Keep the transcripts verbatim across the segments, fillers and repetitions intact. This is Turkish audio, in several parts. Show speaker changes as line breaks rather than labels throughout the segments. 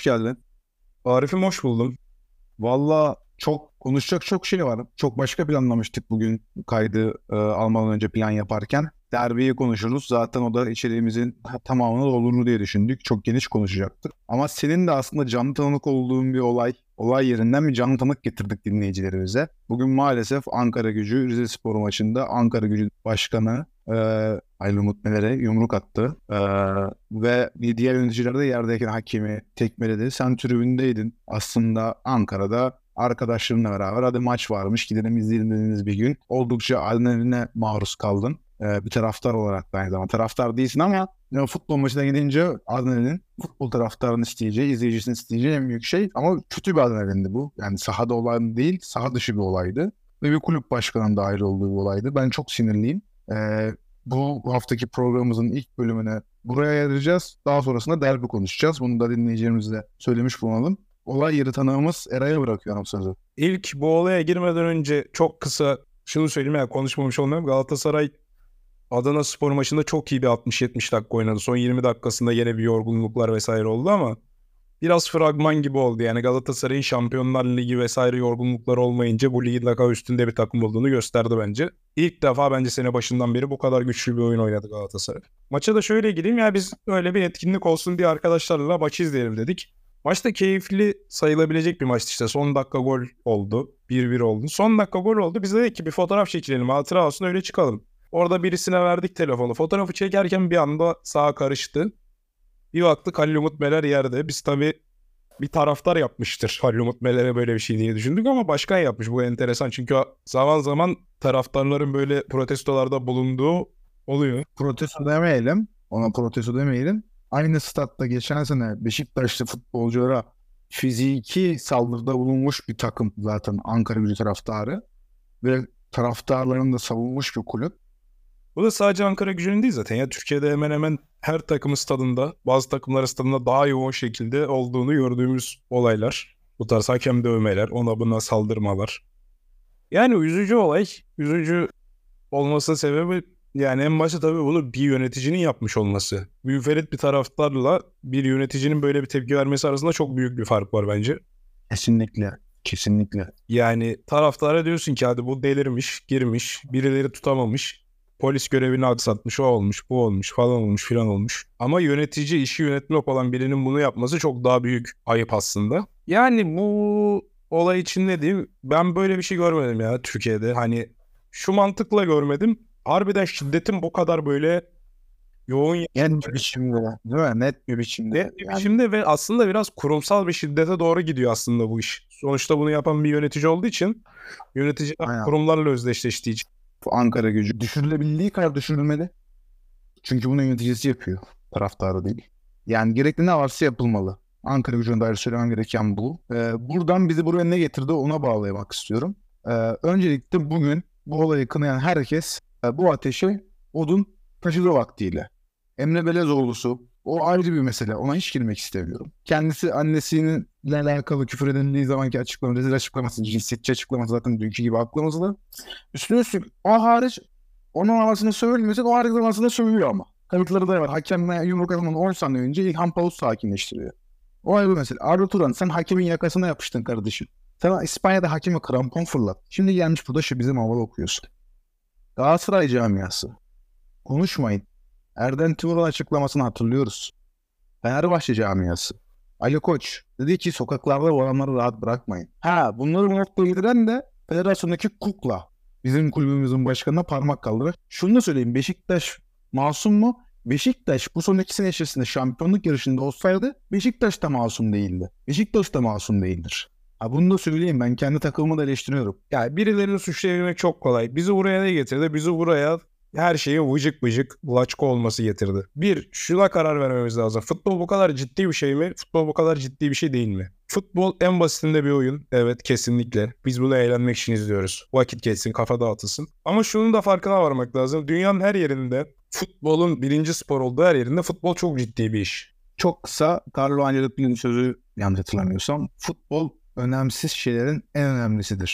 hoş geldin.
Arif'im hoş buldum.
Valla çok konuşacak çok şey var. Çok başka planlamıştık bugün kaydı e, almadan önce plan yaparken. Derbiyi konuşuruz. Zaten o da içeriğimizin tamamını doldurur diye düşündük. Çok geniş konuşacaktık. Ama senin de aslında canlı tanık olduğun bir olay. Olay yerinden bir canlı tanık getirdik dinleyicilerimize. Bugün maalesef Ankaragücü Rizespor maçında Ankaragücü Başkanı e, Ali Umut Meler'e yumruk attı. E, ve bir diğer yöneticiler de yerdeyken hakemi tekmeledi. Sen tribündeydin. Aslında Ankara'da arkadaşlarınla beraber hadi maç varmış gidelim izleyelim dediğiniz bir gün. Oldukça adrenaline maruz kaldın. Ee, bir taraftar olarak da aynı zamanda. Taraftar değilsin ama ya, futbol maçına gidince adrenalin futbol taraftarının isteyeceği, izleyicisinin isteyeceği en büyük şey. Ama kötü bir adrenalindi bu. Yani sahada olan değil, saha dışı bir olaydı. Ve bir kulüp başkanının dahil olduğu bir olaydı. Ben çok sinirliyim. Ee, bu haftaki programımızın ilk bölümüne buraya ayıracağız. Daha sonrasında derbi konuşacağız. Bunu da dinleyicilerimizle söylemiş bulunalım. Olay yeri tanığımız Eray'a bırakıyorum sözü.
İlk bu olaya girmeden önce çok kısa şunu söyleyeyim, ya konuşmamış olmayayım. Galatasaray Adanaspor maçında çok iyi bir altmış yetmiş dakika oynadı. Son yirmi dakikasında yine bir yorgunluklar vesaire oldu ama biraz fragman gibi oldu. Yani Galatasaray'ın Şampiyonlar Ligi vesaire yorgunlukları olmayınca bu ligin daha üstünde bir takım olduğunu gösterdi bence. İlk defa bence sene başından beri bu kadar güçlü bir oyun oynadı Galatasaray. Maça da şöyle gireyim, ya biz öyle bir etkinlik olsun diye arkadaşlarla maçı izleyelim dedik. Maçta keyifli sayılabilecek bir maçtı işte. Son dakika gol oldu. bir bir oldu. Son dakika gol oldu. Biz de dedik ki bir fotoğraf çekilelim. Hatıra olsun, öyle çıkalım. Orada birisine verdik telefonu. Fotoğrafı çekerken bir anda sağa karıştı. Bir baktık Halil Umut Meler yerde. Biz tabii bir taraftar yapmıştır Halil Umut Meler'e böyle bir şey diye düşündük ama başkan yapmış. Bu enteresan çünkü zaman zaman taraftarların böyle protestolarda bulunduğu oluyor.
Protesto demeyelim. Ona protesto demeyelim. Aynı statta geçen sene Beşiktaşlı futbolculara fiziki saldırıda bulunmuş bir takım zaten Ankaragücü taraftarı. Ve taraftarlarını da savunmuş bir kulüp.
Bu da sadece Ankaragücü'nün değil zaten. Ya Türkiye'de hemen hemen her takım stadında, bazı takımlar stadında daha yoğun şekilde olduğunu gördüğümüz olaylar. Bu tarz hakem dövmeler, ona buna saldırmalar. Yani üzücü olay. Üzücü olmasının sebebi yani en başta tabii bunu bir yöneticinin yapmış olması. Müferit bir taraftarla bir yöneticinin böyle bir tepki vermesi arasında çok büyük bir fark var bence.
Kesinlikle. Kesinlikle.
Yani taraftara diyorsun ki hadi bu delirmiş, girmiş, birileri tutamamış. Polis görevini aksatmış, o olmuş, bu olmuş, falan olmuş, filan olmuş. Ama yönetici, işi yönetmek olan birinin bunu yapması çok daha büyük ayıp aslında. Yani bu olay için ne diyeyim, ben böyle bir şey görmedim ya Türkiye'de. Hani şu mantıkla görmedim. Harbiden şiddetin bu kadar böyle yoğun
Net bir biçimde, değil mi? Net bir biçimde.
net bir
Yani
biçimde ve aslında biraz kurumsal bir şiddete doğru gidiyor aslında bu iş. Sonuçta bunu yapan bir yönetici olduğu için, yönetici
aynen.
kurumlarla özdeşleştiği için.
Bu Ankaragücü düşürülebildiği kadar düşürülmeli. Çünkü bunu yöneticisi yapıyor. Taraftarı değil. Yani gerekli ne varsa yapılmalı. Ankaragücü'ne dair söylemem gereken bu. Ee, buradan bizi buraya ne getirdi ona bağlamak istiyorum. Ee, öncelikle bugün bu olayı kınayan herkes e, bu ateşe odun taşıdı vaktiyle. Emre Belezoğlu'su o ayrı bir mesele. Ona hiç girmek istemiyorum. Kendisi annesinin ile alakalı küfür edildiği zamanki açıklama, rezil açıklaması, cinsiyetçi açıklaması zaten dünkü gibi aklımızda. Üstüne üstlük o hariç onun havasını sövülmüyorsa o hariç havasını sövüyor ama. Kanıtları da var. Hakemle yumruk atmadan on saniye önce İlhan Palut sakinleştiriyor. O ayrı bir mesele. Arda Turan sen hakemin yakasına yapıştın kardeşim. Sen İspanya'da hakeme krampon fırlat. Şimdi gelmiş burada şu bizim havalı okuyorsun. Galatasaray camiası. Konuşmayın. Erden Timur'un açıklamasını hatırlıyoruz. Fenerbahçe camiası. Ali Koç dedi ki sokaklarda bu adamları rahat bırakmayın. Ha bunları nokta bildiren de federasyondaki kukla. Bizim kulübümüzün başkanına parmak kaldırır. Şunu da söyleyeyim. Beşiktaş masum mu? Beşiktaş bu son iki sene içerisinde şampiyonluk yarışında olsaydı Beşiktaş da masum değildi. Beşiktaş da masum değildir. Ha bunu da söyleyeyim, ben kendi takımımı da eleştiriyorum.
Yani birilerini suçlayabilmek çok kolay. Bizi buraya ne getirdi? Bizi buraya her şeyin vıcık vıcık laçka olması getirdi. Bir, şuna karar vermemiz lazım. Futbol bu kadar ciddi bir şey mi? Futbol bu kadar ciddi bir şey değil mi? Futbol en basitinde bir oyun. Evet, kesinlikle. Biz bunu eğlenmek için izliyoruz. Vakit geçsin, kafa dağıtılsın. Ama şunun da farkına varmak lazım. Dünyanın her yerinde, futbolun birinci spor olduğu her yerinde futbol çok ciddi bir iş.
Çok kısa Carlo Ancelotti'nin sözü yanlış hatırlamıyorsam, futbol önemsiz şeylerin en önemlisidir.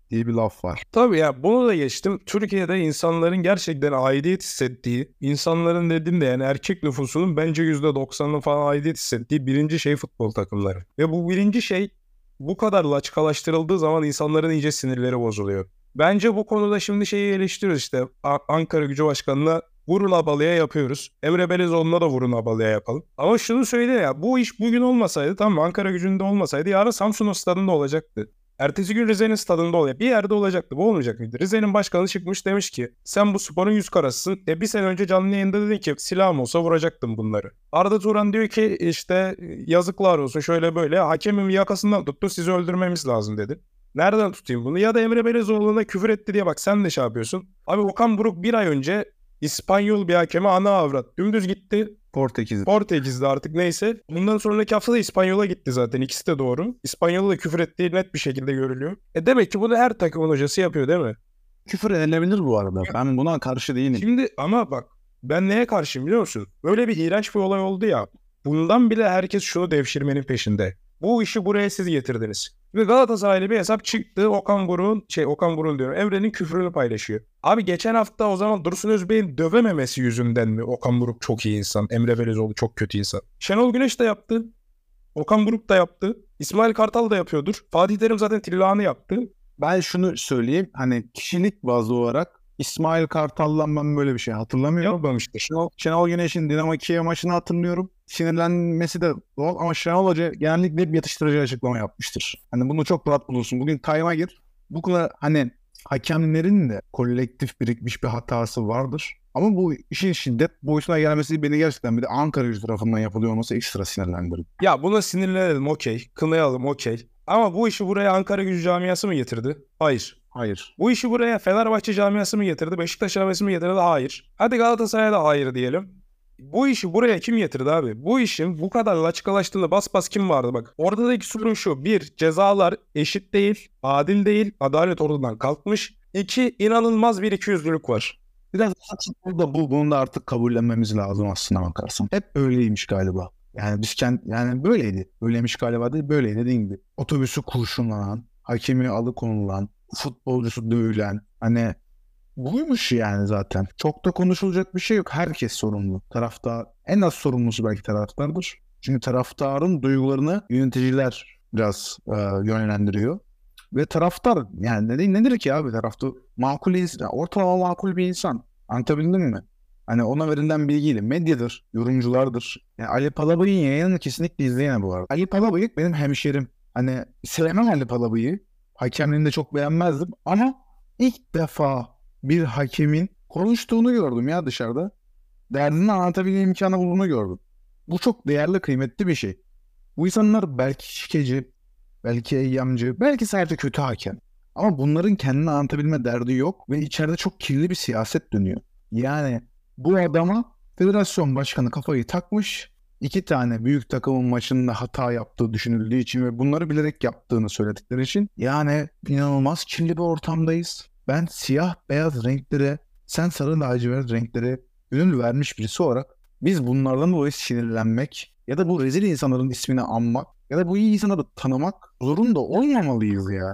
diye bir laf var.
Tabii ya, bunu da geçtim. Türkiye'de insanların gerçekten aidiyet hissettiği, insanların dediğimde yani erkek nüfusunun bence yüzde doksanının falan aidiyet hissettiği birinci şey futbol takımları. Ve bu birinci şey bu kadar laçkalaştırıldığı zaman insanların iyice sinirleri bozuluyor. Bence bu konuda şimdi şeyi eleştiriyoruz işte. A- Ankara Gücü Başkanı'na vurun abalıya yapıyoruz. Emre Belezoğlu'na da vurun abalıya yapalım. Ama şunu söyle ya, bu iş bugün olmasaydı, tamam Ankara Gücü'nde olmasaydı, yarın Samsun stadında olacaktı. Ertesi gün Rize'nin stadında oluyor. Bir yerde olacaktı. Bu olmayacak mıydı? Rize'nin başkanı çıkmış demiş ki sen bu sporun yüz karasısın. E bir sene önce canlı yayında dedin ki silahım olsa vuracaktım bunları. Arda Turan diyor ki işte yazıklar olsun şöyle böyle. Hakemin yakasından tuttu, sizi öldürmemiz lazım dedi. Nereden tutayım bunu? Ya da Emre Belezoğlu'na küfür etti diye bak sen de şey yapıyorsun. Abi Okan Buruk bir ay önce İspanyol bir hakeme ana avrat dümdüz gitti.
Portekiz.
Portekiz'de artık neyse. Bundan sonraki hafta da İspanyol'a gitti zaten. İkisi de doğru. İspanyol'a da küfür ettiği net bir şekilde görülüyor. E demek ki bunu her takımın hocası yapıyor değil mi?
Küfür edilebilir bu arada. Ben buna karşı değilim.
Şimdi ama bak ben neye karşıyım biliyor musun? Böyle bir iğrenç bir olay oldu ya. Bundan bile herkes şunu devşirmenin peşinde. Bu işi buraya siz getirdiniz. Ve Galatasaraylı bir hesap çıktı. Okan Buruk'un şey Okan Buruk'un diyorum. Emre'nin küfrünü paylaşıyor. Abi geçen hafta o zaman Dursun Özbey'in dövememesi yüzünden mi Okan Buruk çok iyi insan, Emre Belezoğlu çok kötü insan? Şenol Güneş de yaptı. Okan Buruk da yaptı. İsmail Kartal da yapıyordur. Fatih Terim zaten tillahını yaptı.
Ben şunu söyleyeyim. Hani kişilik bazlı olarak İsmail Kartal'dan ben böyle bir şey hatırlamıyorum.
Yapmamıştır.
Şenol, Şenol Güneş'in Dinamo Kiev maçını hatırlıyorum. Sinirlenmesi de doğal ama Şenol Hoca genellikle hep yatıştırıcı açıklama yapmıştır. Hani bunu çok rahat bulursun. Bugün time'a gir. Bu kadar hani hakemlerin de kolektif birikmiş bir hatası vardır. Ama bu işin şiddet boyutuna gelmesi beni gerçekten bir de Ankara Gücü tarafından yapılıyor olması ekstra sinirlendirdi.
Ya buna sinirlenelim okey. Kınayalım okey. Ama bu işi buraya Ankara Gücü camiası mı getirdi? Hayır.
Hayır.
Bu işi buraya Fenerbahçe camiası mı getirdi? Beşiktaş camiası mı getirdi? Hayır. Hadi Galatasaray'a da hayır diyelim. Bu işi buraya kim getirdi abi? Bu işin bu kadar laçkalaştığında bas bas kim vardı bak. Ortadaki sorun şu. Bir, cezalar eşit değil, adil değil, adalet ortadan kalkmış. İki, inanılmaz bir ikiyüzlülük var.
Biraz futbolda bu, bunu da artık kabullenmemiz lazım aslına bakarsan. Hep öyleymiş galiba. Yani biz kend, yani böyleydi. Böyleymiş galiba değil, böyleydi dediğin gibi. Otobüsü kurşunlanan, hakemi alıkonulan, futbolcusu dövülen, hani buymuş yani zaten. Çok da konuşulacak bir şey yok. Herkes sorumlu. Taraftar, en az sorumlusu belki taraftardır. Çünkü taraftarın duygularını yöneticiler biraz e, yönlendiriyor. Ve taraftar yani nedir, nedir ki abi taraftar? Makul insan, ortalama makul bir insan. Anlatabildim mi? Hani ona verilen bilgiyle medyadır, yorumculardır. Yani Ali Palabıyık'ın yayınını kesinlikle izleyen bu arada. Ali Palabıyık benim hemşerim. Hani sevmem Ali Palabıyık'ı. Hakemliğini de çok beğenmezdim. Ama ilk defa bir hakemin konuştuğunu gördüm ya dışarıda. Derdini anlatabilme imkanı bulduğunu gördüm. Bu çok değerli, kıymetli bir şey. Bu insanlar belki şikeci, belki eyyamcı, belki sadece kötü hakem. Ama bunların kendini anlatabilme derdi yok ve içeride çok kirli bir siyaset dönüyor. Yani bu adama federasyon başkanı kafayı takmış, iki tane büyük takımın maçında hata yaptığı düşünüldüğü için ve bunları bilerek yaptığını söyledikleri için yani inanılmaz kirli bir ortamdayız. Ben siyah beyaz renklere, sen sarı lacivert renklere gönül vermiş birisi olarak biz bunlardan dolayı sinirlenmek ya da bu rezil insanların ismini anmak ya da bu iyi insanları tanımak zorunda olmamalıyız ya.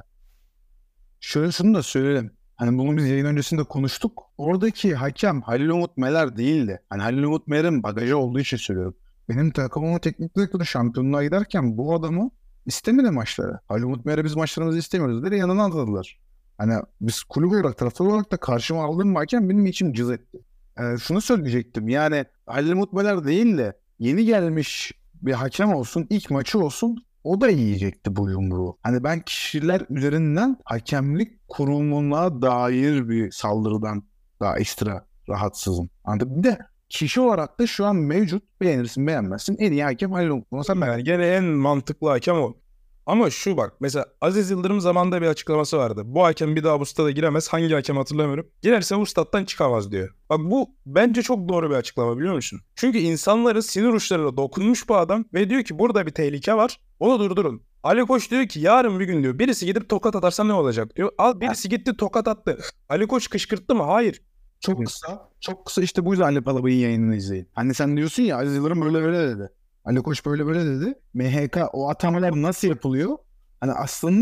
Şöyle şunu da söyleyelim. Hani bunu biz yayın öncesinde konuştuk. Oradaki hakem Halil Umut Meler değildi. Hani Halil Umut Meler'in bagajı olduğu için söylüyorum. Benim takımıma teknik direktörü şampiyonluğa giderken bu adamı istemedi maçlara. Halil Umut Meler'e biz maçlarımızı istemiyoruz dedi. Yanına atladılar. Hani biz kulüp olarak, taraftar olarak da karşıma aldığım hakem benim içim cız etti. Ee, şunu söyleyecektim. Yani Halil Umut Meler değil de yeni gelmiş bir hakem olsun, ilk maçı olsun, o da yiyecekti bu yumruğu. Hani ben kişiler üzerinden hakemlik kurumuna dair bir saldırıdan daha ekstra rahatsızım. Anladın? Bir de kişi olarak da şu an mevcut, beğenirsin beğenmezsin, en iyi hakem Halil Umut Meler.
Yani gene en mantıklı hakem o. Ama şu bak mesela Aziz Yıldırım zamanında bir açıklaması vardı. Bu hakem bir daha bu stada giremez. Hangi hakem hatırlamıyorum. Girerse bu stat'tan çıkamaz diyor. Bak bu bence çok doğru bir açıklama biliyor musun? Çünkü insanların sinir uçlarına dokunmuş bu adam ve diyor ki burada bir tehlike var. Onu durdurun. Ali Koç diyor ki yarın bir gün diyor birisi gidip tokat atarsa ne olacak diyor. Al birisi gitti tokat attı. Ali Koç kışkırttı mı? Hayır.
Çok kısa, çok kısa işte bu yüzden Ali Palabıyık'ın yayınını izleyin. Hani sen diyorsun ya Aziz Yıldırım böyle böyle dedi. Ali Koç böyle böyle dedi. M H K o atamalar nasıl yapılıyor? Hani aslında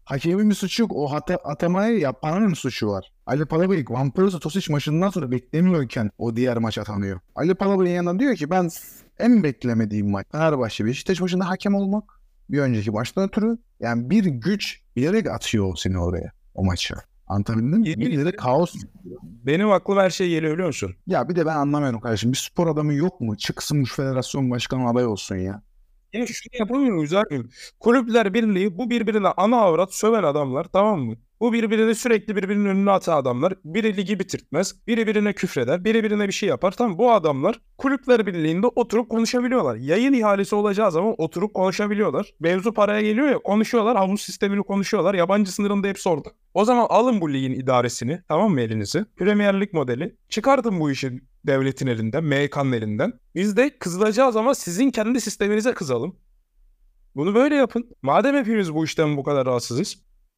Hakemin bir suçu yok. O hata, atamayı yapanın suçu var. Ali Palabıyık Van Persie Tosic maçından sonra beklemiyorken o diğer maç atanıyor. Ali Palabıyık'ın yanından diyor ki ben en beklemediğim maç Fenerbahçe Beşiktaş maçında hakem olmak. Bir önceki maçtan ötürü. Yani bir güç bilerek atıyor seni oraya o maça. Anlatabildim mi? Birileri kaos.
Benim aklıma her şey geliyor biliyor musun?
Ya bir de ben anlamıyorum kardeşim. Bir spor adamı yok mu? Çıksın şu federasyon başkanı aday olsun ya.
Ya şunu yapamıyor muyuz abi? Kulüpler Birliği bu birbirine ana avrat söven adamlar, tamam mı? Bu birbirine sürekli birbirinin önüne atan adamlar. Biri ligi bitirtmez. Biri birine küfreder. Biri birine bir şey yapar. Tamam, bu adamlar Kulüpler Birliği'nde oturup konuşabiliyorlar. Yayın ihalesi olacağı zaman oturup konuşabiliyorlar. Mevzu paraya geliyor ya, konuşuyorlar. Havuz sistemini konuşuyorlar. Yabancı sınırında hepsi orada. O zaman alın bu ligin idaresini, tamam mı, elinizi? Premier Lig modeli. Çıkartın bu işi devletin elinden, M K'nın elinden. Biz de kızılacağız ama sizin kendi sisteminize kızalım. Bunu böyle yapın. Madem hepimiz bu işten bu kadar rahatsızız.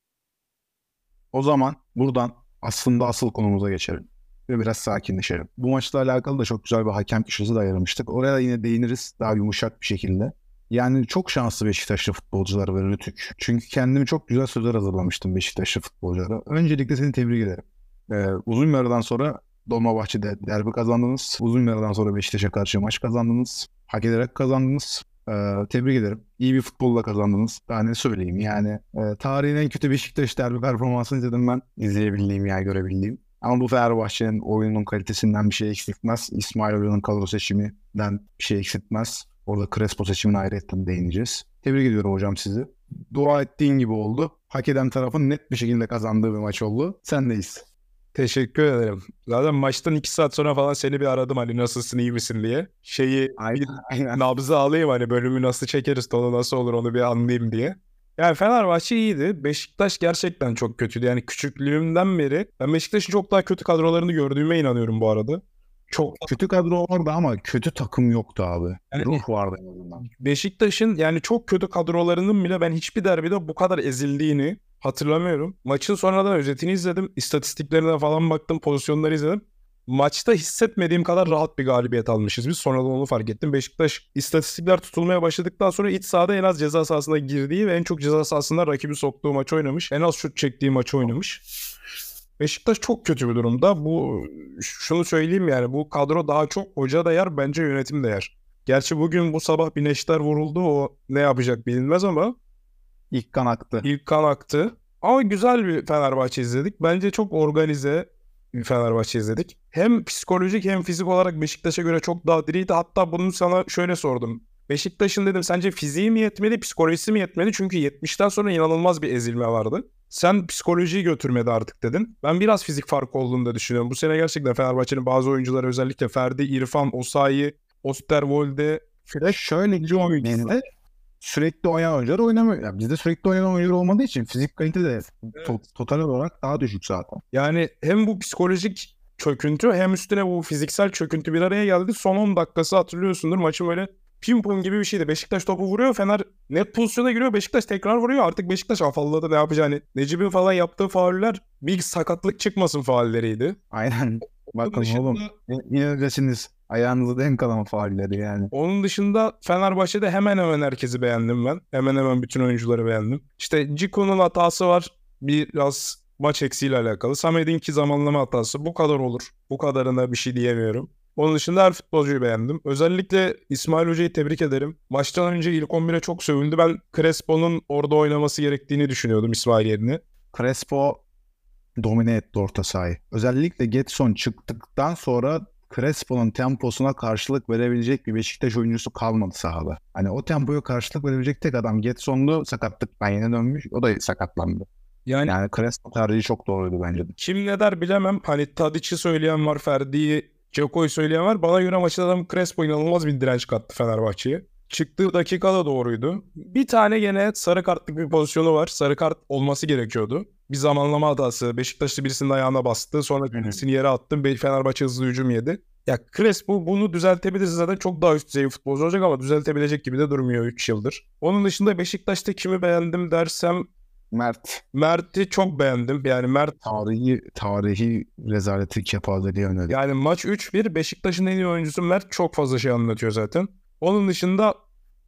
O zaman buradan aslında asıl konumuza geçelim. Ve biraz sakinleşelim. Bu maçla alakalı da çok güzel bir hakem köşesi de ayırmıştık. Oraya da yine değiniriz daha yumuşak bir şekilde. Yani çok şanslı Beşiktaşlı futbolcular ve Rütük. Çünkü kendimi çok güzel sözler hazırlamıştım Beşiktaşlı futbolculara. Öncelikle seni tebrik ederim. Ee, uzun bir aradan sonra Dolmabahçe'de derbi kazandınız. Uzun bir aradan sonra Beşiktaş'a karşı maç kazandınız. Hak ederek kazandınız. Ee, tebrik ederim. İyi bir futbolla kazandınız. Daha ne söyleyeyim yani. E, tarihin en kötü Beşiktaş derbi performansını izledim ben. İzleyebildiğim yani görebildiğim. Ama bu Fenerbahçe'nin oyunun kalitesinden bir şey eksiltmez. İsmail Hoca'nın kadro seçiminden bir şey eksiltmez. Orada Crespo seçimine ayrıca değineceğiz. Tebrik ediyorum hocam sizi. Dua ettiğin gibi oldu. Hak eden tarafın net bir şekilde kazandığı bir maç oldu. Sendeyiz.
Teşekkür ederim. Zaten maçtan iki saat sonra falan seni bir aradım hani nasılsın, iyi misin diye. Şeyi
Aynen,
bir
aynen.
nabzı alayım, hani bölümü nasıl çekeriz, tonu nasıl olur onu bir anlayayım diye. Yani Fenerbahçe iyiydi. Beşiktaş gerçekten çok kötüydü. Yani küçüklüğümden beri ben Beşiktaş'ın çok daha kötü kadrolarını gördüğüme inanıyorum bu arada. Çok
Kötü kadro vardı ama kötü takım yoktu abi.
Yani-
Ruh vardı en azından.
Beşiktaş'ın yani çok kötü kadrolarının bile ben hiçbir derbide bu kadar ezildiğini hatırlamıyorum. Maçın sonradan özetini izledim. İstatistiklerine falan baktım. Pozisyonları izledim. Maçta hissetmediğim kadar rahat bir galibiyet almışız. Biz sonradan onu fark ettim. Beşiktaş istatistikler tutulmaya başladıktan sonra iç sahada en az ceza sahasına girdiği ve en çok ceza sahasında rakibi soktuğu maç oynamış. En az şut çektiği maçı oynamış. Beşiktaş çok kötü bir durumda. Bu şunu söyleyeyim yani bu kadro daha çok hoca da yer, bence yönetim de yer. Gerçi bugün bu sabah bir neşter vuruldu. O ne yapacak bilinmez ama
İlk kan aktı.
ilk kan aktı. Ama güzel bir Fenerbahçe izledik. Bence çok organize bir Fenerbahçe izledik. Hem psikolojik hem fizik olarak Beşiktaş'a göre çok daha diriydi. Hatta bunu sana şöyle sordum. Beşiktaş'ın dedim sence fiziği mi yetmedi, psikolojisi mi yetmedi? Çünkü yetmişten sonra inanılmaz bir ezilme vardı. Sen psikolojiyi götürmedi artık dedin. Ben biraz fizik farkı olduğunu da düşünüyorum. Bu sene gerçekten Fenerbahçe'nin bazı oyuncuları, özellikle Ferdi, İrfan, Osayi, Osterwolde,
Ve şöyle bizde sürekli oynayan oyuncular oynamıyor. Ya bizde sürekli oynayan oyuncular olmadığı için fizik kalite de to- total olarak daha düşük zaten.
yani hem bu psikolojik çöküntü hem üstüne bu fiziksel çöküntü bir araya geldi. Son on dakikası hatırlıyorsundur. Maçın böyle pimpon gibi bir şeydi. Beşiktaş topu vuruyor. Fener net pozisyona giriyor. Beşiktaş tekrar vuruyor. Artık Beşiktaş afalladı ne yapacağını. Necip'in falan yaptığı fauller bir sakatlık çıkmasın faulleriydi.
Aynen. Bakın
dışında-
oğlum yine öylesiniz. Ayağınızda denk alan faulleri yani.
Onun dışında Fenerbahçe'de hemen hemen herkesi beğendim ben. Hemen hemen bütün oyuncuları beğendim. İşte Cicu'nun hatası var. Biraz maç eksiğiyle alakalı. Samet'inki zamanlama hatası. Bu kadar olur. Bu kadarına bir şey diyemiyorum. Onun dışında her futbolcuyu beğendim. Özellikle İsmail Hoca'yı tebrik ederim. Maçtan önce ilk on bire çok sövüldü. Ben Crespo'nun orada oynaması gerektiğini düşünüyordum İsmail yerine.
Crespo domine etti orta sahayı. Özellikle Getson çıktıktan sonra Crespo'nun temposuna karşılık verebilecek bir Beşiktaş oyuncusu kalmadı sahada. Hani o tempoya karşılık verebilecek tek adam Getson'du. Sakatlıktan yine dönmüş. O da sakatlandı.
Yani,
Yani Crespo tercihi çok doğruydu bence de.
kim ne der bilemem. Hani Tadiç'i söyleyen var, Ferdi'yi, Ceko'yu söyleyen var. Bana göre maçta adam Crespo inanılmaz bir direnç kattı Fenerbahçe'ye. Çıktığı dakikada doğruydu. Bir tane gene sarı kartlık bir pozisyonu var. Sarı kart olması gerekiyordu. Bir zamanlama hatası. Beşiktaşlı birisinin ayağına bastı. Sonra birisini yere attı. Fenerbahçe hızlı hücum yedi. Ya Crespo bunu düzeltebilirse zaten çok daha üst düzey bir futbolcu olacak ama düzeltebilecek gibi de durmuyor üç yıldır. Onun dışında Beşiktaş'ta kimi beğendim dersem
Mert.
Mert'i çok beğendim. Yani Mert
Tarihi, tarihi rezaleti kepazeliğe yönelik.
yani maç üç bir, Beşiktaş'ın en iyi oyuncusu Mert çok fazla şey anlatıyor zaten. Onun dışında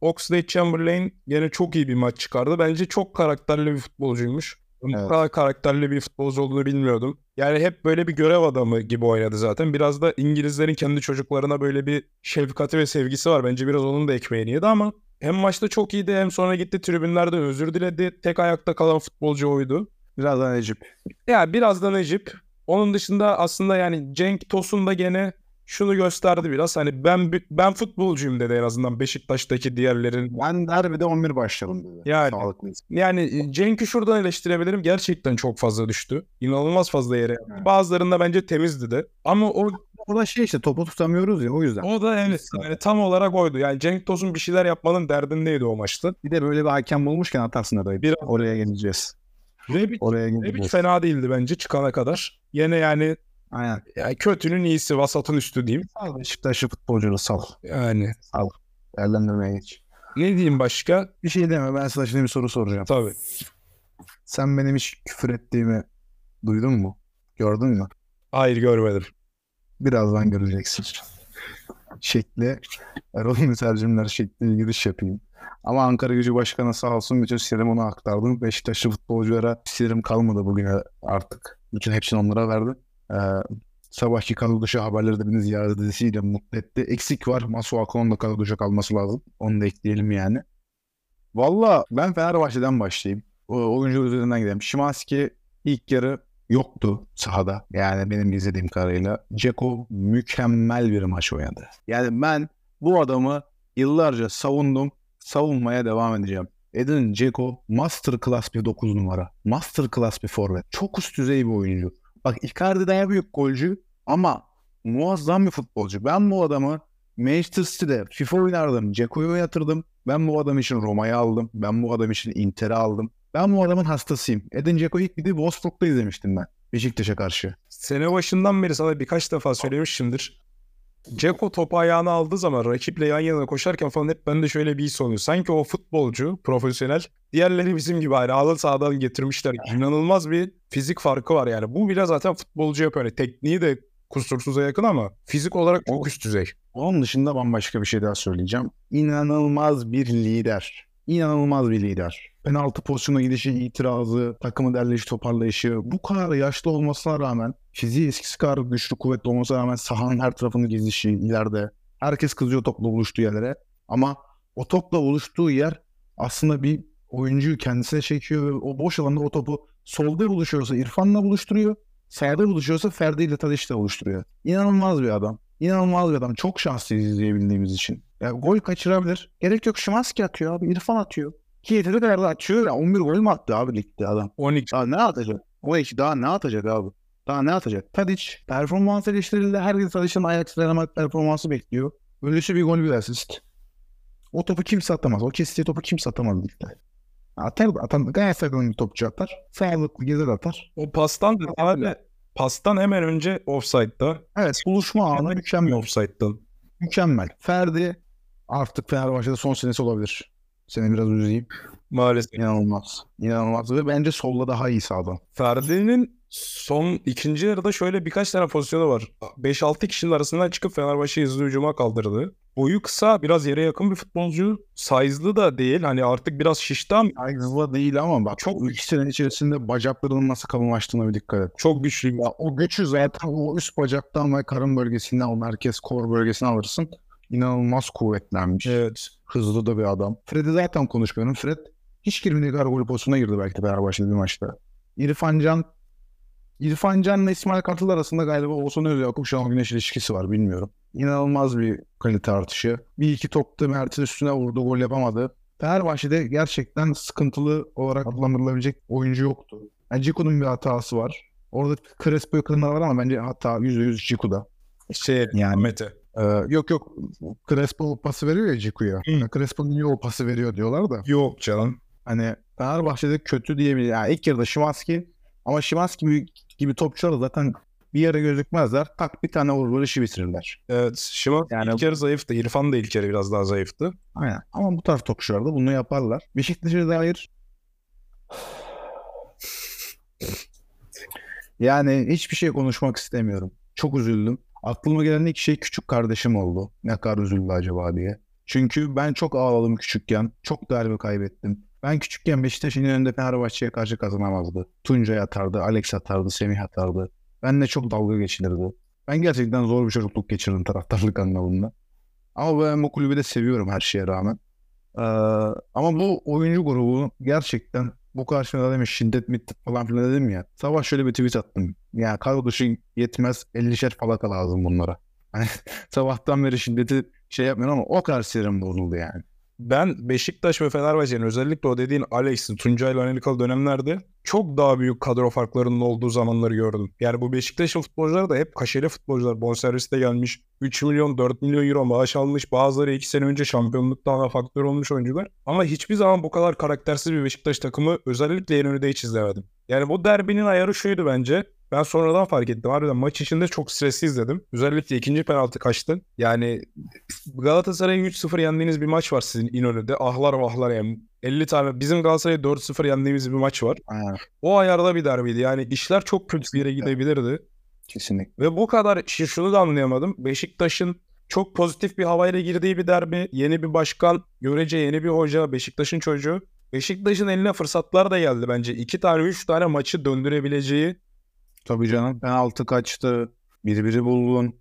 Oxlade-Chamberlain gene çok iyi bir maç çıkardı. Bence çok karakterli bir futbolcuymuş. Bu
Evet.
kadar karakterli bir futbolcu olduğunu bilmiyordum. Yani hep böyle bir görev adamı gibi oynadı zaten. Biraz da İngilizlerin kendi çocuklarına böyle bir şefkati ve sevgisi var. Bence biraz onun da ekmeğini yedi ama hem maçta çok iyiydi hem sonra gitti tribünlerde özür diledi. Tek ayakta kalan futbolcu oydu.
Birazdan Necip.
Ya biraz da Necip. Onun dışında aslında yani Cenk Tosun da gene şunu gösterdi biraz. Hani ben ben futbolcuyum dedi en azından Beşiktaş'taki diğerlerin.
Ben derbide on bir başladım dedi.
Yani
Sağlıklıyız.
yani Cenk'i şuradan eleştirebilirim. Gerçekten çok fazla düştü. İnanılmaz fazla yere yaptı.
Evet.
Bazılarında bence temizdi de. Ama o
O da şey işte topu tutamıyoruz ya o yüzden.
o da evet yani tam olarak oydu. Yani Cenk Tosun bir şeyler yapmanın derdindeydi o maçta.
Bir de böyle bir hakem bulmuşken atarsın adayı.
Biraz-
Oraya geleceğiz.
Rebic,
Oraya
Rebic
geleceğiz.
fena değildi bence çıkana kadar. Yine yani,
Aynen.
yani kötünün iyisi, vasatın üstü diyeyim.
Sal Beşiktaşlı futbolcunu sal.
Yani
Sal. Değerlendirmeye geç.
ne diyeyim başka?
Bir şey deme ben sana şimdi bir soru soracağım.
Tabii.
Sen benim hiç küfür ettiğimi duydun mu? Gördün mü?
Hayır görmedim.
Birazdan göreceksin. Şekli, Erol Mütercimler şekli giriş yapayım. Ama Ankara Gücü Başkanı sağ olsun bütün sinirimi ona aktardım. Beşiktaşlı futbolculara sinirim kalmadı bugüne artık. Bütün hepsini onlara verdim. Ee, sabahki kadro dışı haberleri de beni ziyaret edilmesiyle mutlu etti. Eksik var. Masuaku'nun da kadro dışı kalması lazım. Onu da ekleyelim yani. Valla ben Fenerbahçe'den başlayayım. O, oyuncu üzerinden gidelim. Szymański ilk yarı yoktu sahada. Yani benim izlediğim kadarıyla. Dzeko mükemmel bir maç oynadı. Yani ben bu adamı yıllarca savundum. Savunmaya devam edeceğim. Edin Dzeko masterclass bir dokuz numara. Masterclass bir forvet. Çok üst düzey bir oyuncu. Bak Icardi daha büyük golcü ama muazzam bir futbolcu. Ben bu adamı Manchester City'de FIFA oynardım. Dzeko'yu oynatırdım. Ben bu adam için Roma'yı aldım. Ben bu adam için Inter'i aldım. Ben bu adamın hastasıyım. Edin Dzeko'yu ilk bir de Wolfsburg'da izlemiştim ben. Beşiktaş'a karşı.
Sene başından beri sana birkaç defa söylemişimdir. Dzeko topu ayağına aldığı zaman rakiple yan yana koşarken falan hep bende şöyle bir his oluyor. Sanki o futbolcu, profesyonel, diğerleri bizim gibi hani halı sahadan getirmişler. İnanılmaz bir fizik farkı var yani. Bu bile zaten futbolcu yapıyor. Yani tekniği de kusursuza yakın ama fizik olarak çok üst düzey.
Onun dışında bambaşka bir şey daha söyleyeceğim. İnanılmaz bir lider. İnanılmaz bir lider. Penaltı pozisyonuna gidişi, itirazı, takımı derleşi, toparlayışı. Bu kadar yaşlı olmasına rağmen, fiziği eskisi kadar güçlü, kuvvetli olmasına rağmen sahanın her tarafını gezişi, ileride. Herkes kızıyor topla buluştuğu yerlere. Ama o topla buluştuğu yer aslında bir oyuncuyu kendisine çekiyor ve o boş alanda o topu solda buluşuyorsa İrfan'la buluşturuyor. Sağda buluşuyorsa Ferdi ile Tadiş'le buluşturuyor. İnanılmaz bir adam. İnanılmaz bir adam. Çok şanslıyız izleyebildiğimiz için. Ya gol kaçırabilir. Gerek yok. Szymański atıyor abi. İrfan atıyor. Ki yeteri kadar da atıyor. Ya on bir gol mü attı abi ligde adam?
on iki.
Daha ne atacak? on iki daha ne atacak abi? Daha ne atacak? Tadic performans eleştirildi. Herkes Tadic'in Ajax'ın elemek performansı bekliyor. Böylesi bir gol bir asist. O topu kimse atamaz. O kestiği topu kimse atamaz ligde. Atar da atan Galatasaray'ın bir topçu atar. Sağlıklı gezer atar.
O pastan da abi, pastan hemen önce offside'da.
Evet buluşma anı mükemmel.
Offside'dan.
Mükemmel. Ferdi artık Fenerbahçe'de son senesi olabilir. Seni biraz üzeyim.
Maalesef.
İnanılmaz. İnanılmaz ve bence solla daha iyi sağdan.
Ferdi'nin son ikinci yarıda şöyle birkaç tane pozisyonu var. beş altı kişinin arasından çıkıp Fenerbahçe'yi hızlı hücuma kaldırdı. Boyu kısa, biraz yere yakın bir futbolcu. Size'lı da değil. Hani artık biraz şişti ama
Hızlı değil ama bak çok iki sene içerisinde bacaklarının nasıl kalınlaştığına bir dikkat et.
çok güçlü.
Ya, o gücü zaten o üst bacaktan ve karın bölgesinden o merkez kor bölgesine alırsın. İnanılmaz kuvvetlenmiş.
Evet.
Hızlı da bir adam. Fred'i zaten konuşmuyorum. Fred hiç girmediği kadar gol pozisyonuna girdi belki de Fenerbahçe'de bir maçta. İrfan Can İrfan Can'la İsmail Kartal arasında galiba Oğuzhan Özyakup Şenol Güneş ilişkisi var bilmiyorum. İnanılmaz bir kalite artışı. Bir iki topta Mert'in üstüne vurdu, gol yapamadı. Fenerbahçe'de gerçekten sıkıntılı olarak adlandırılabilecek oyuncu yoktu. Yani Cicu'nun bir hatası var. Orada Crespo'yu kırmalar var ama bence hata yüzde yüz Cicu'da.
Şey,
Yani-
Mete.
Ee, yok yok Crespo o pası veriyor ya Cicu'ya.
Hı.
Crespo niye o pası veriyor diyorlar da.
Yok canım.
Hani Fenerbahçe'de kötü diyebilir. Yani ilk yarıda Szymański ama Szymański gibi, gibi topçular zaten bir yere gözükmezler. Tak bir tane vurur işi bitirirler.
Evet. Şimanski
Yani-
ilk yarı zayıftı. İrfan da ilk yarı biraz daha zayıftı.
Aynen. Ama bu tarz topçular da bunu yaparlar. Beşiktaş'a dair yani hiçbir şey konuşmak istemiyorum. Çok üzüldüm. Aklıma gelen ilk şey küçük kardeşim oldu. Ne kadar üzüldü acaba diye. Çünkü ben çok ağladım küçükken. Çok derbi kaybettim. Ben küçükken Beşiktaş'ın önünde Fenerbahçe'ye karşı kazanamazdı. Tuncay atardı, Alex atardı, Semih atardı. Benle çok dalga geçilirdi. Ben gerçekten zor bir çocukluk geçirdim taraftarlık anlamında. Ama ben bu kulübü de seviyorum her şeye rağmen. Ee, ama bu oyuncu grubu gerçekten bu karşımda demiş şiddet mittet falan filan dedim ya. Sabah şöyle bir tweet attım. Ya kadro dışı yetmez ellişer falaka lazım bunlara. Hani sabahtan beri şiddeti şey yapmıyorum ama o kadar sinirim bozuldu yani.
Ben Beşiktaş ve Fenerbahçe'nin özellikle o dediğin Alex'in, Tuncay'la Anelikalı dönemlerde çok daha büyük kadro farklarının olduğu zamanları gördüm. Yani bu Beşiktaş'ın futbolcuları da hep kaşeli futbolcular. Bonserviste gelmiş. üç milyon dört milyon euro maaş almış. Bazıları iki sene önce şampiyonlukta ana faktör olmuş oyuncular. Ama hiçbir zaman bu kadar karaktersiz bir Beşiktaş takımı özellikle Eminönü'nde hiç izlemedim. Yani bu derbinin ayarı şuydu bence. Ben sonradan fark ettim. Harbiden maç içinde çok stresli izledim. Özellikle ikinci penaltı kaçtı. Yani Galatasaray'ı üç sıfır yendiğiniz bir maç var sizin İnönü'de. Ahlar vahlar yani. elli tane. Bizim Galatasaray'ı dört sıfır yendiğimiz bir maç var.
Aynen.
O ayarda bir derbiydi. Yani işler çok kötü bir yere gidebilirdi.
Kesinlikle.
Ve bu kadar şi- şunu da anlayamadım. Beşiktaş'ın çok pozitif bir havayla girdiği bir derbi. Yeni bir başkan, görece yeni bir hoca, Beşiktaş'ın çocuğu. Beşiktaş'ın eline fırsatlar da geldi bence. İki tane, üç tane maçı döndürebileceği.
Tabii canım. Penaltı kaçtı. Bir biri buldun.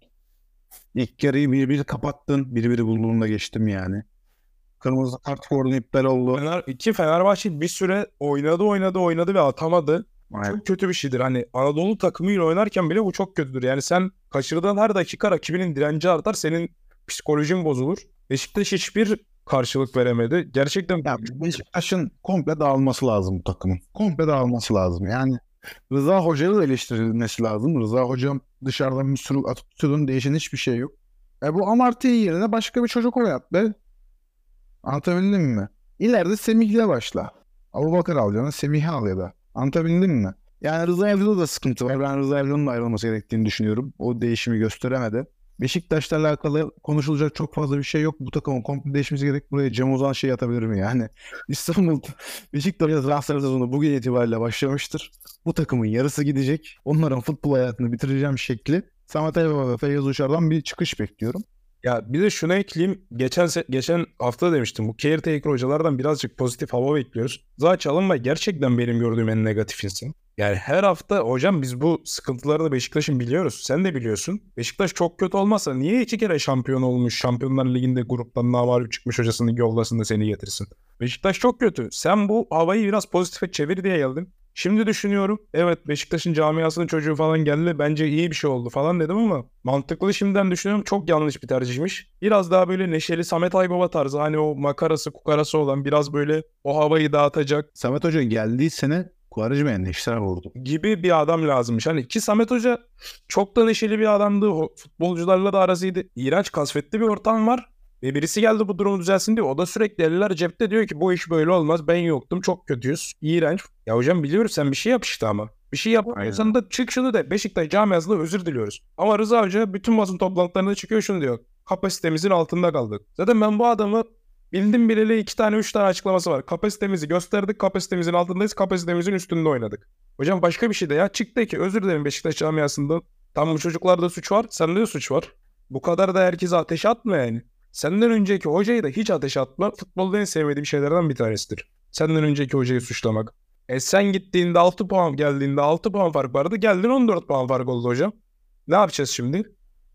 İlk yarıyı bir bir kapattın. Bir biri bulduğunda geçtim yani. Kırmızı kart kornu iptal oldu.
Fener, iki Fenerbahçe bir süre oynadı oynadı oynadı ve atamadı.
Aynen.
Çok kötü bir şeydir. Hani Anadolu takımıyla oynarken bile bu çok kötüdür. Yani sen kaçırdığın her dakika rakibinin direnci artar. Senin psikolojin bozulur. Beşiktaş hiçbir karşılık veremedi. Gerçekten
Ya Beşiktaş'ın komple dağılması lazım bu takımın. Komple dağılması lazım. Yani Rıza Hoca'yı da eleştirilmesi lazım. Rıza Hocam dışarıdan bir sürü atıp tutuyordun, değişen hiçbir şey yok. E bu Amartey yerine başka bir çocuk oynat be. Anlatabildim mi? İleride Semih'le başla. Abubakar alacağına Semih'i al ya da. Anlatabildim mi? Yani Rıza Evli'de da sıkıntı var. Ben Rıza Evli'nin de ayrılması gerektiğini düşünüyorum. O değişimi gösteremedi. Beşiktaş'la alakalı konuşulacak çok fazla bir şey yok. Bu takımın komple değişmesi gerek. Buraya Cem Uzan şey atabilir mi? Yani İstanbul Beşiktaş'a transfer sezonu bugün itibariyle başlamıştır. Bu takımın yarısı gidecek. Onların futbol hayatını bitireceğim şekli. Samet Aybaba ve Feyyaz Uçar'dan bir çıkış bekliyorum.
ya bir de şuna ekleyeyim. Geçen se- geçen hafta demiştim. Bu caretaker hocalardan birazcık pozitif hava bekliyoruz. Zaten Çalınbay gerçekten benim gördüğüm en negatif insan. Yani her hafta hocam biz bu sıkıntıları da Beşiktaş'ın biliyoruz. Sen de biliyorsun. Beşiktaş çok kötü olmasa niye iki kere şampiyon olmuş, Şampiyonlar Ligi'nde gruptan namağlup çıkmış hocasını yollasın da seni getirsin? Beşiktaş çok kötü. Sen bu havayı biraz pozitife çevir diye geldin. Şimdi düşünüyorum. Evet Beşiktaş'ın camiasının çocuğu falan geldi. Bence iyi bir şey oldu falan dedim ama mantıklı şimdiden düşünüyorum. Çok yanlış bir tercihmiş. Biraz daha böyle neşeli Samet Aybaba tarzı. Hani o makarası kukarası olan biraz böyle o havayı dağıtacak
Samet Hoca geldiği sene Quaresma'ya neşter vurdu.
gibi bir adam lazımmış. Hani ki Samet Hoca çok da neşeli bir adamdı. O futbolcularla da arasıydı. İğrenç kasvetli bir ortam var. Ve birisi geldi bu durumu düzelsin diyor. O da sürekli eller cepte diyor ki bu iş böyle olmaz. Ben yoktum. Çok kötüyüz. İğrenç. Ya hocam biliyoruz sen bir şey yap işte ama. Bir şey yapamıyorsan da çık şunu de. Beşiktaş camiasında özür diliyoruz. Ama Rıza Hoca bütün basın toplantılarında çıkıyor şunu diyor. Kapasitemizin altında kaldık. Zaten ben bu adamı bildim bileli iki tane üç tane açıklaması var. Kapasitemizi gösterdik. Kapasitemizin altındayız. Kapasitemizin üstünde oynadık. Hocam başka bir şey de ya. Çık de ki özür dilerim Beşiktaş camiasında. Tam bu çocuklarda suç var. Sende de suç var. Bu kadar da herkese ateş atma yani. Senden önceki hocayı da hiç ateş atma. Futbolda en sevmediğim şeylerden bir tanesidir. Senden önceki hocayı suçlamak. E sen gittiğinde altı puan geldiğinde altı puan fark vardı. Geldin on dört puan fark oldu hocam. Ne yapacağız şimdi?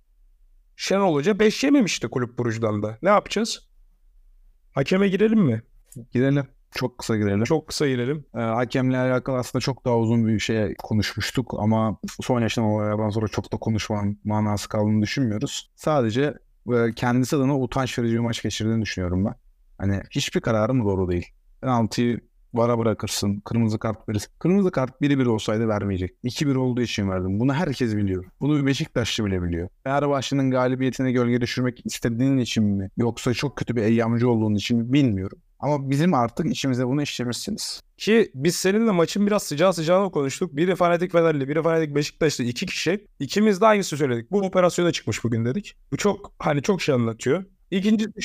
Şenol Hoca beş yememişti kulüp Brugge'dan da. Ne yapacağız? Hakeme girelim mi?
Girelim. Çok kısa girelim.
Çok kısa girelim.
Ee, hakemle alakalı aslında çok daha uzun bir şey konuşmuştuk ama son yaşananlardan sonra çok da konuşmanın manası kaldığını düşünmüyoruz. Sadece e, kendisi adına utanç verici bir maç geçirdiğini düşünüyorum ben. Hani hiçbir kararım doğru değil. Penaltıyı vara bırakırsın, kırmızı kart verirsin. Kırmızı kart biri bir olsaydı vermeyecek. iki bir olduğu için verdim. Bunu herkes biliyor. Bunu bir Beşiktaşlı bile biliyor. Fenerbahçe'nin galibiyetine gölge düşürmek istediğin için mi? Yoksa çok kötü bir eyyamcı olduğun için mi bilmiyorum. Ama bizim artık içimize bunu işlemişsiniz.
Ki biz seninle maçın biraz sıcağı sıcağına konuştuk. Biri fanatik Fenerli, biri fanatik Beşiktaşlı iki kişi. İkimiz de aynısı söyledik. Bu operasyona çıkmış bugün dedik. Bu çok hani çok şey anlatıyor. İkincisi şu.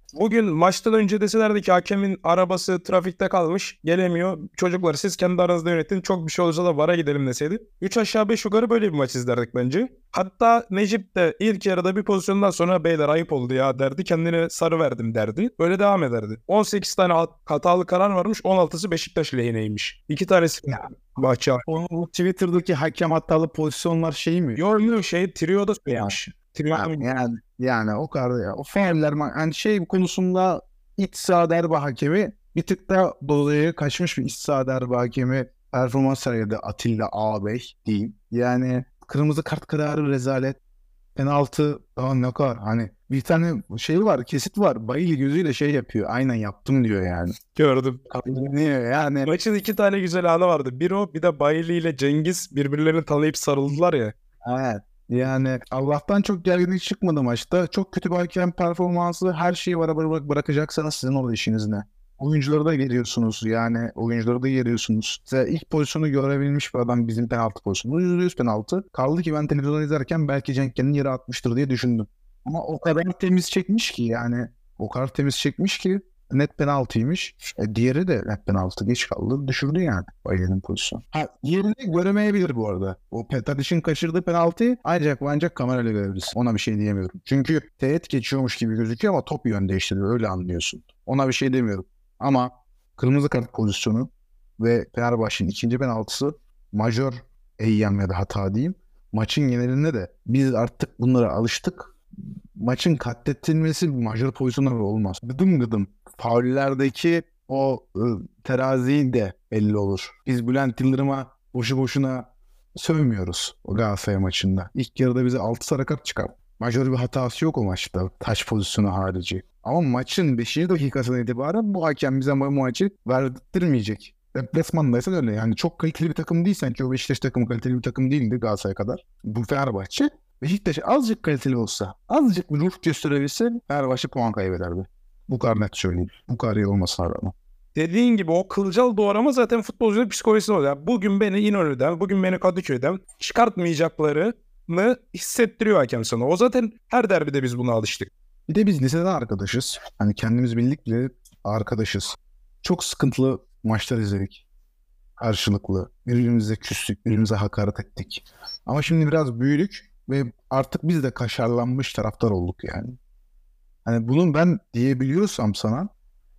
Bugün maçtan önce deselerdi ki hakemin arabası trafikte kalmış, gelemiyor. Çocuklar siz kendi aranızda yönetin. Çok bir şey olursa da VAR'a gidelim deseydi. üç aşağı beş yukarı böyle bir maç izlerdik bence. Hatta Necip de ilk yarıda bir pozisyondan sonra beyler ayıp oldu ya derdi. Kendine sarı verdim derdi. Böyle devam ederdi. on sekiz tane hatalı karar varmış. on altısı Beşiktaş lehineymiş. İki tanesi
Ya,
bahçe.
o Twitter'daki hakem hatalı pozisyonlar şey mi?
Yok yok şey Trio'da
Yani,
söylemiş. Trio
yani, yani, yani o kadar ya. O fauller yani şey konusunda iç saha derbi hakemi bir tık da dozaya kaçmış bir iç saha derbi hakemi performans sergiledi Atilla Ağabey diyeyim. Yani kırmızı kart kararı rezalet. Penaltı daha ne kadar hani bir tane şey var kesit var Bailey gözüyle şey yapıyor aynen yaptım diyor yani.
gördüm.
Kabuleniyor yani.
Maçın iki tane güzel anı vardı. Bir o bir de Bailey ile Cengiz birbirlerini tanıyıp sarıldılar ya.
Evet. Yani Allah'tan çok gerginlik çıkmadı maçta. Çok kötü bir hakem performansı her şeyi var bırak bırakacaksanız sizin orada işiniz ne? Oyuncuları da geriyorsunuz yani oyuncuları da geriyorsunuz. Size ilk pozisyonu görebilmiş bir adam bizim penaltı pozisyonu. yüzde yüz penaltı. Kaldı ki ben televizyonda izlerken belki Cenk kendini yere atmıştır diye düşündüm. Ama o kadar temiz çekmiş ki yani o kadar temiz çekmiş ki net penaltıymış. E, diğeri de net penaltı geç kaldı. Düşürdü yani Bayern'in pozisyonu. Ha, diğerini göremeyebilir bu arada. O Tadic'in kaçırdığı penaltıyı ancak ancak kamerayla görebilirsin. Ona bir şey diyemiyorum. Çünkü teğet geçiyormuş gibi gözüküyor ama top yön değiştiriyor. Öyle anlıyorsun. Ona bir şey demiyorum. Ama kırmızı kart pozisyonu ve Fenerbahçe'nin ikinci penaltısı majör eyyam ya da hata diyeyim. Maçın genelinde de biz artık bunlara alıştık. Maçın katletilmesi majör pozisyonlar olmaz. Gıdım gıdım faullerdeki o ı, terazi de belli olur. Biz Bülent Yıldırım'a boşu boşuna sövmüyoruz o Galatasaray maçında. İlk yarıda bize altı sarı kart çıkar. Majör bir hatası yok o maçta. Taç pozisyonu harici. Ama maçın beşinci dakikasından itibaren bu hakem bize bu maçı verdirtmeyecek. Deplasmandaysa öyle. Yani çok kaliteli bir takım değilsen ki o Beşiktaş takımı kaliteli bir takım değildi Galatasaray kadar. Bu Fenerbahçe. Beşiktaş azıcık kaliteli olsa, azıcık bir ruh gösterebilse Fenerbahçe puan kaybederdi. Bu kadar net söyleyeyim. Bu kadar iyi olmasına rağmen.
Dediğin gibi o kılcal doğrama zaten futbolcunun psikolojisi oluyor. Yani bugün beni İnönü'den, bugün beni Kadıköy'den çıkartmayacaklarını hissettiriyor hakem sana. O zaten her derbide biz buna alıştık.
Bir de biz liseden arkadaşız. Hani kendimiz bildik bile arkadaşız. Çok sıkıntılı maçlar izledik. Karşılıklı. Birbirimize küstük, birbirimize hakaret ettik. Ama şimdi biraz büyüdük ve artık biz de kaşarlanmış taraftar olduk yani. Hani bunu ben diyebiliyorsam sana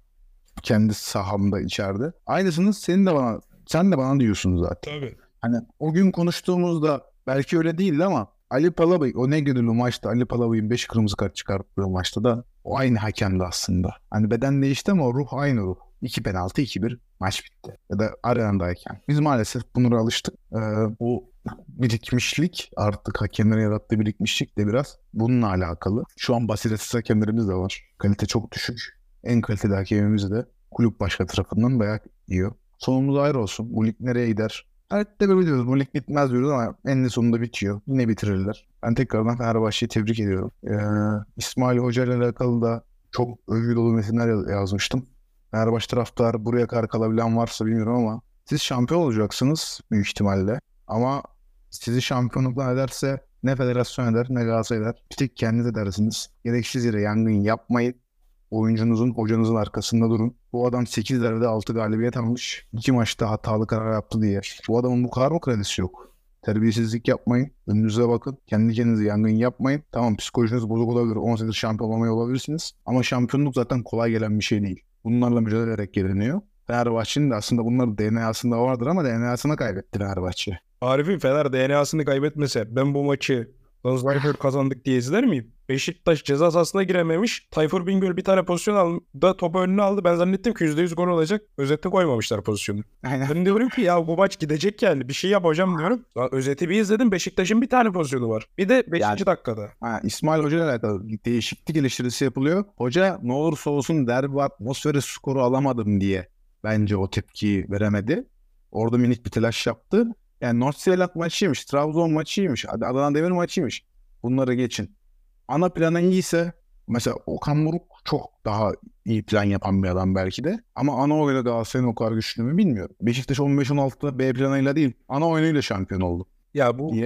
kendi sahamda içeride. Aynısını senin de bana sen de bana diyorsun zaten.
Tabii.
Hani o gün konuştuğumuzda belki öyle değildi ama Ali Palabey o ne gönüllü maçta Ali Palabey'in beş kırmızı kart çıkarttığı maçta da o aynı hakemdi aslında. Hani beden değişti ama ruh aynı ruh. iki penaltı iki bir maç bitti. Ya da arenadayken. Biz maalesef bunlara alıştık. Ee, o birikmişlik artık hakemlerin yarattığı birikmişlik de biraz bununla alakalı. Şu an basiretsiz hakemlerimiz de var. Kalite çok düşük. En kaliteli hakemimiz de kulüp başkanı tarafından dayak yiyor. Sonumuz ayrı olsun. Bu lig nereye gider? Evet de böyle diyoruz. Bu lig bitmez diyoruz ama eninde sonunda bitiyor. Yine bitirirler. Ben tekrardan Fenerbahçe'yi tebrik ediyorum. Ee, İsmail Hoca ile alakalı da çok övgü dolu metinler yazmıştım. Fenerbahçe taraftarı buraya kadar kalabilen varsa bilmiyorum ama siz şampiyon olacaksınız büyük ihtimalle. Ama sizi şampiyonlukla ederse ne federasyon eder ne Galatasaray eder. Bir tek kendiniz edersiniz. Gereksiz yere yangın yapmayın. Oyuncunuzun, hocanızın arkasında durun. Bu adam sekiz derbide altı galibiyet almış. iki maçta hatalı karar yaptı diye. Bu adamın bu kadar mı kredisi yok? Terbiyesizlik yapmayın. Önünüze bakın. Kendi kendinize yangın yapmayın. Tamam psikolojiniz bozuk olabilir. on sekiz şampiyon olmayı olabilirsiniz. Ama şampiyonluk zaten kolay gelen bir şey değil. Bunlarla mücadele ederek geliniyor. Fenerbahçe'nin de aslında bunlar D N A'sında vardır ama D N A'sını kaybetti Fenerbahçe.
Arif'in Fener D N A'sını kaybetmese ben bu maçı Zayfer kazandık diye izler miyim? Beşiktaş ceza sahasına girememiş. Tayfur Bingöl bir tane pozisyon aldı. Topu önüne aldı. Ben zannettim ki yüzde yüz gol olacak. Özette koymamışlar pozisyonu.
Aynen.
Ben diyorum ki ya bu maç gidecek yani. Bir şey yap hocam diyorum. Ya özeti bir izledim. Beşiktaş'ın bir tane pozisyonu var. Bir de beşinci
Yani-
dakikada.
Ha, İsmail Hoca ile alakalı değişiklik eleştirisi yapılıyor. Hoca ne olursa olsun derbi atmosferi skoru alamadım diye bence o tepkiyi veremedi. Orada minik bir telaş yaptı. Yani Nordsjælland maçıymış, Trabzon maçıymış, hadi Adana Demir maçıymış. Bunları geçin. Ana planın iyiyse mesela Okan Buruk çok daha iyi plan yapan bir adam belki de. Ama ana oyunu Galatasaray'ın o kadar güçlü mü bilmiyorum. Beşiktaş on beş on altıda B planıyla değil ana oyunuyla şampiyon oldu
Ya bu
diye.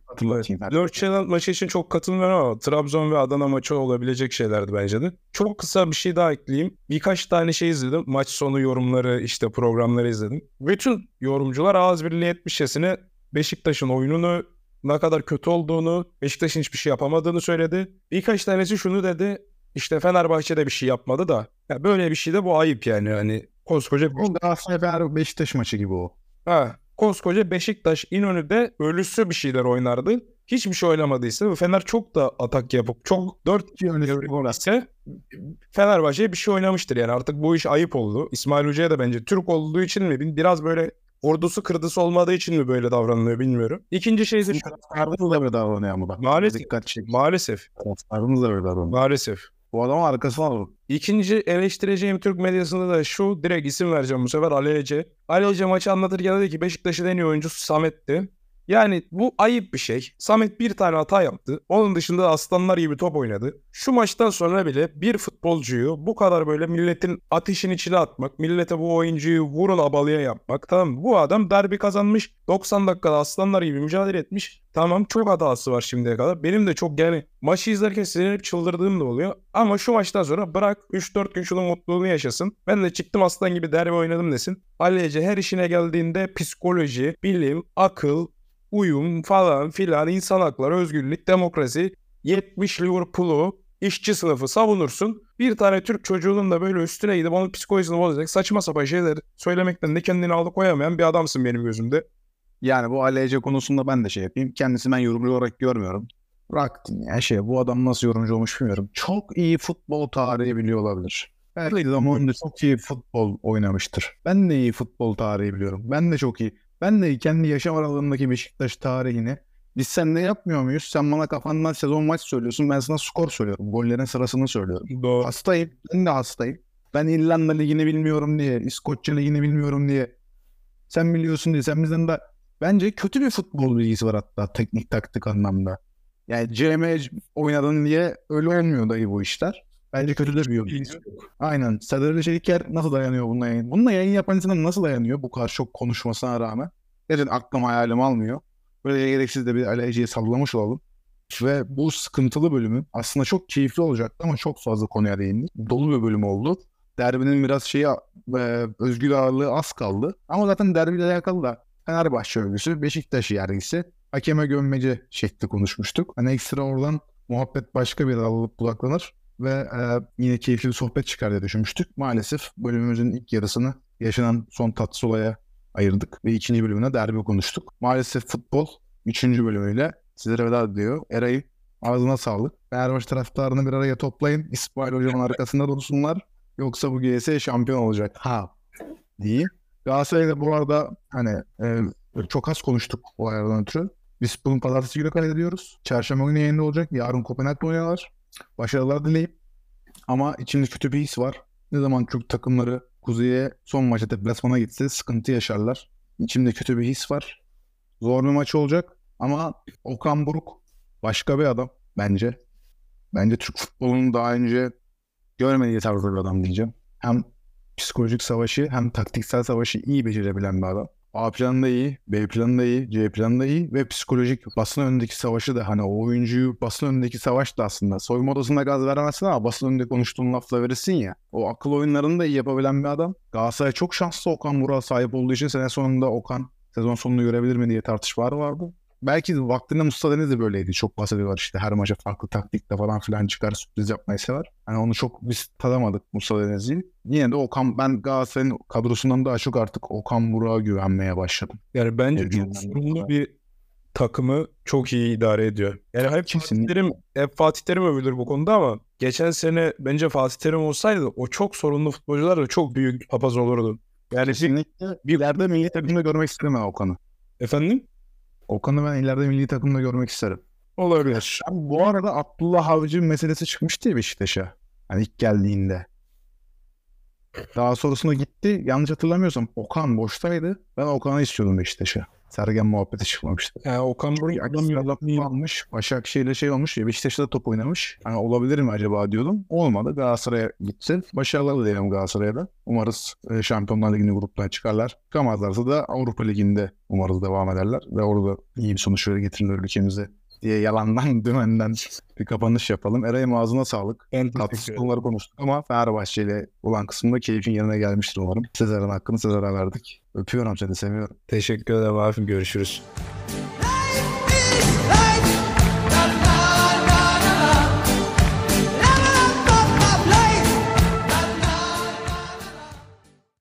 Hatırlatayım.
Nordsjælland maçı için çok katılmıyorum ama Trabzon ve Adana maçı olabilecek şeylerdi bence de. Çok kısa bir şey daha ekleyeyim. Birkaç tane şey izledim. Maç sonu yorumları, işte programları izledim. Bütün yorumcular ağız birliği etmişçesine Beşiktaş'ın oyununu ne kadar kötü olduğunu, Beşiktaş'ın hiçbir şey yapamadığını söyledi. Birkaç tanesi şunu dedi. İşte Fenerbahçe'de bir şey yapmadı da. Ya böyle bir şey de bu ayıp yani. Hani koskoca
O Galatasaray Beşiktaş maçı gibi o.
Ha, koskoca Beşiktaş İnönü'de ölüsü bir şeyler oynardı. Hiçbir şey oynamadıysa ve Fener çok da atak yapıp çok dört
Bir örnek
ise Fenerbahçe'ye bir şey oynamıştır yani. Artık bu iş ayıp oldu. İsmail Hoca'ya da bence Türk olduğu için mi, biraz böyle ordusu kırdısı olmadığı için mi böyle davranılıyor bilmiyorum. İkinci şey de şu.
Taraftarınız da böyle davranıyor ama bak.
Maalesef.
Dikkat çek.
Maalesef.
Taraftarınız da böyle davranıyor.
Maalesef.
Bu adamın arkasına alın.
İkinci eleştireceğim Türk medyasında da şu, direkt isim vereceğim bu sefer, Ali Ece. Ali Ece maçı anlatırken dedi ki Beşiktaş'ın en iyi oyuncusu Samet'ti. Yani bu ayıp bir şey. Samet bir tane hata yaptı. Onun dışında aslanlar gibi top oynadı. Şu maçtan sonra bile bir futbolcuyu bu kadar böyle milletin ateşin içine atmak, millete bu oyuncuyu vurun abalıya yapmak, tamam mı? Bu adam derbi kazanmış. doksan dakikada aslanlar gibi mücadele etmiş. Tamam, çok hatası var şimdiye kadar. Benim de çok yani maçı izlerken sinirlenip çıldırdığım da oluyor. Ama şu maçtan sonra bırak üç dört gün şunun mutluluğunu yaşasın. Ben de çıktım aslan gibi derbi oynadım desin. Ali Ece her işine geldiğinde psikoloji, bilim, akıl, uyum falan filan, insan hakları, özgürlük, demokrasi, yetmiş Liverpool'u, işçi sınıfı savunursun. Bir tane Türk çocuğunun da böyle üstüne gidip onun psikolojisini bozacak saçma sapan şeyler söylemekten de kendini alıkoyamayan bir adamsın benim gözümde.
Yani bu A L C konusunda ben de şey yapayım. Kendisi ben yorumcu olarak görmüyorum. Bıraktım ya şey, bu adam nasıl yorumcu olmuş bilmiyorum. Çok iyi futbol tarihi biliyor olabilir. Her zaman da çok iyi futbol oynamıştır. Ben de iyi futbol tarihi biliyorum. Ben de çok iyi. Ben de kendi yaşam aralığındaki Beşiktaş tarihini biz seninle yapmıyor muyuz? Sen bana kafandan sezon maç söylüyorsun. Ben sana skor söylüyorum. Gollerin sırasını söylüyorum.
Doğru.
Hastayım. Ben de hastayım. Ben İrlanda Ligi'ni bilmiyorum diye, İskoçya Ligi'ni bilmiyorum diye. Sen biliyorsun diye. Sen bizden de bence kötü bir futbol bilgisi var hatta teknik taktik anlamda. Yani C M oynadın diye öyle olmuyor dahi bu işler. Bence kötü de bir bilgisi yok. Aynen. Serdar Çelikyer nasıl dayanıyor bununla yayın? Bununla yayın yapan insanlar nasıl dayanıyor bu kadar çok konuşmasına rağmen? Gerçekten aklım hayalim almıyor. Böyle gereksiz de bir aleyhiciye sallamış olalım. Ve bu sıkıntılı bölümü aslında çok keyifli olacaktı ama çok fazla konuya değindik. Dolu bir bölüm oldu. Derbinin biraz şeyi e, özgür ağırlığı az kaldı. Ama zaten derbiyle alakalı da Fenerbahçe övgüsü, Beşiktaş yergisi, hakeme gömmece şekli konuşmuştuk. Hani ekstra oradan muhabbet başka bir alıp budaklanır ve e, yine keyifli bir sohbet çıkar diye düşünmüştük. Maalesef bölümümüzün ilk yarısını yaşanan son tatsız olaya ayırdık ve ikinci bölümüne derbi konuştuk. Maalesef futbol üçüncü bölümüyle sizlere veda ediyor. Eray, ağzına sağlık. Fenerbahçe taraftarını bir araya toplayın. İsmail Hocam'ın arkasında dursunlar. Yoksa bu G S şampiyon olacak. Ha diye. Galatasaray'da bu arada hani e, çok az konuştuk olaylardan ötürü. Biz bunu pazartesi günü kaydediyoruz. Çarşamba günü yayında olacak. Yarın Kopenhag'da oynuyorlar. Başarılar dileyip. Ama içimde kötü bir his var. Ne zaman Türk takımları Kuzey'e son maçta deplasmana gitse sıkıntı yaşarlar. İçimde kötü bir his var. Zor bir maç olacak. Ama Okan Buruk başka bir adam bence. Bence Türk futbolunun daha önce görmediği tarzda bir adam diyeceğim. Hem psikolojik savaşı hem taktiksel savaşı iyi becerebilen bir adam. A planı da iyi, B planı da iyi, C planı da iyi ve psikolojik basın önündeki savaşı da hani o oyuncuyu basın önündeki savaş da aslında soyunma odasında gaz veremezsin ama basın önünde konuştuğun lafla verirsin ya. O akıl oyunlarını da iyi yapabilen bir adam. Galatasaray çok şanslı Okan Burak'a sahip olduğu için sene sonunda Okan sezon sonunu görebilir mi diye tartışmalar vardı. Belki vaktinde Mustafa Deniz de böyleydi. Çok bahsediyorlar işte her maça farklı taktikle falan filan çıkar sürpriz yapmayı sever. Hani onu çok biz tadamadık Mustafa Deniz'i. Yine de Okan, ben Galatasaray'ın kadrosundan daha çok artık Okan Burak'a güvenmeye başladım.
Yani bence
Evet,
çok
yani.
sorumlu bir takımı çok iyi idare ediyor. Yani hep Fatih Terim, hep Fatih Terim övülür bu konuda ama geçen sene bence Fatih Terim olsaydı o çok sorumlu futbolcularla çok büyük papaz olurdu. Yani
kesinlikle bir ileride milli takımda görmek isterim ben Okan'ı.
Efendim?
Okan'ı ben ileride milli takımda görmek isterim.
Olabilir.
Abi, bu arada Abdullah Avcı meselesi çıkmıştı ya Beşiktaş'a. Hani ilk geldiğinde. Daha sonrasında gitti. Yanlış hatırlamıyorsam Okan boştaydı. Ben Okan'ı istiyordum Beşiktaş'a. Sergen muhabbeti çıkmamıştı.
Yani Okan Buruk
Aksiyonlar almış. Başakşehir'le şey olmuş ya, Beşiktaş'ta da top oynamış. Hani olabilir mi acaba diyordum. Olmadı. Galatasaray'a gitti. Başarılı diyelim Galatasaray'a da. Umarız e, Şampiyonlar Ligi'nin gruptan çıkarlar. Çıkamazlarsa da Avrupa Ligi'nde umarız devam ederler. Ve orada iyi bir sonuçları getirirler ülkemize diye yalandan dümenden bir kapanış yapalım. Eray'ım ağzına sağlık.
Ben
Tatsız konuları konuştuk ama Fenerbahçe ile olan kısımda keyfin yerine gelmiştir umarım. Sezar'ın hakkını Sezar'a verdik. Öpüyorum seni, seviyorum.
teşekkür ederim abi. Görüşürüz.
Life is life.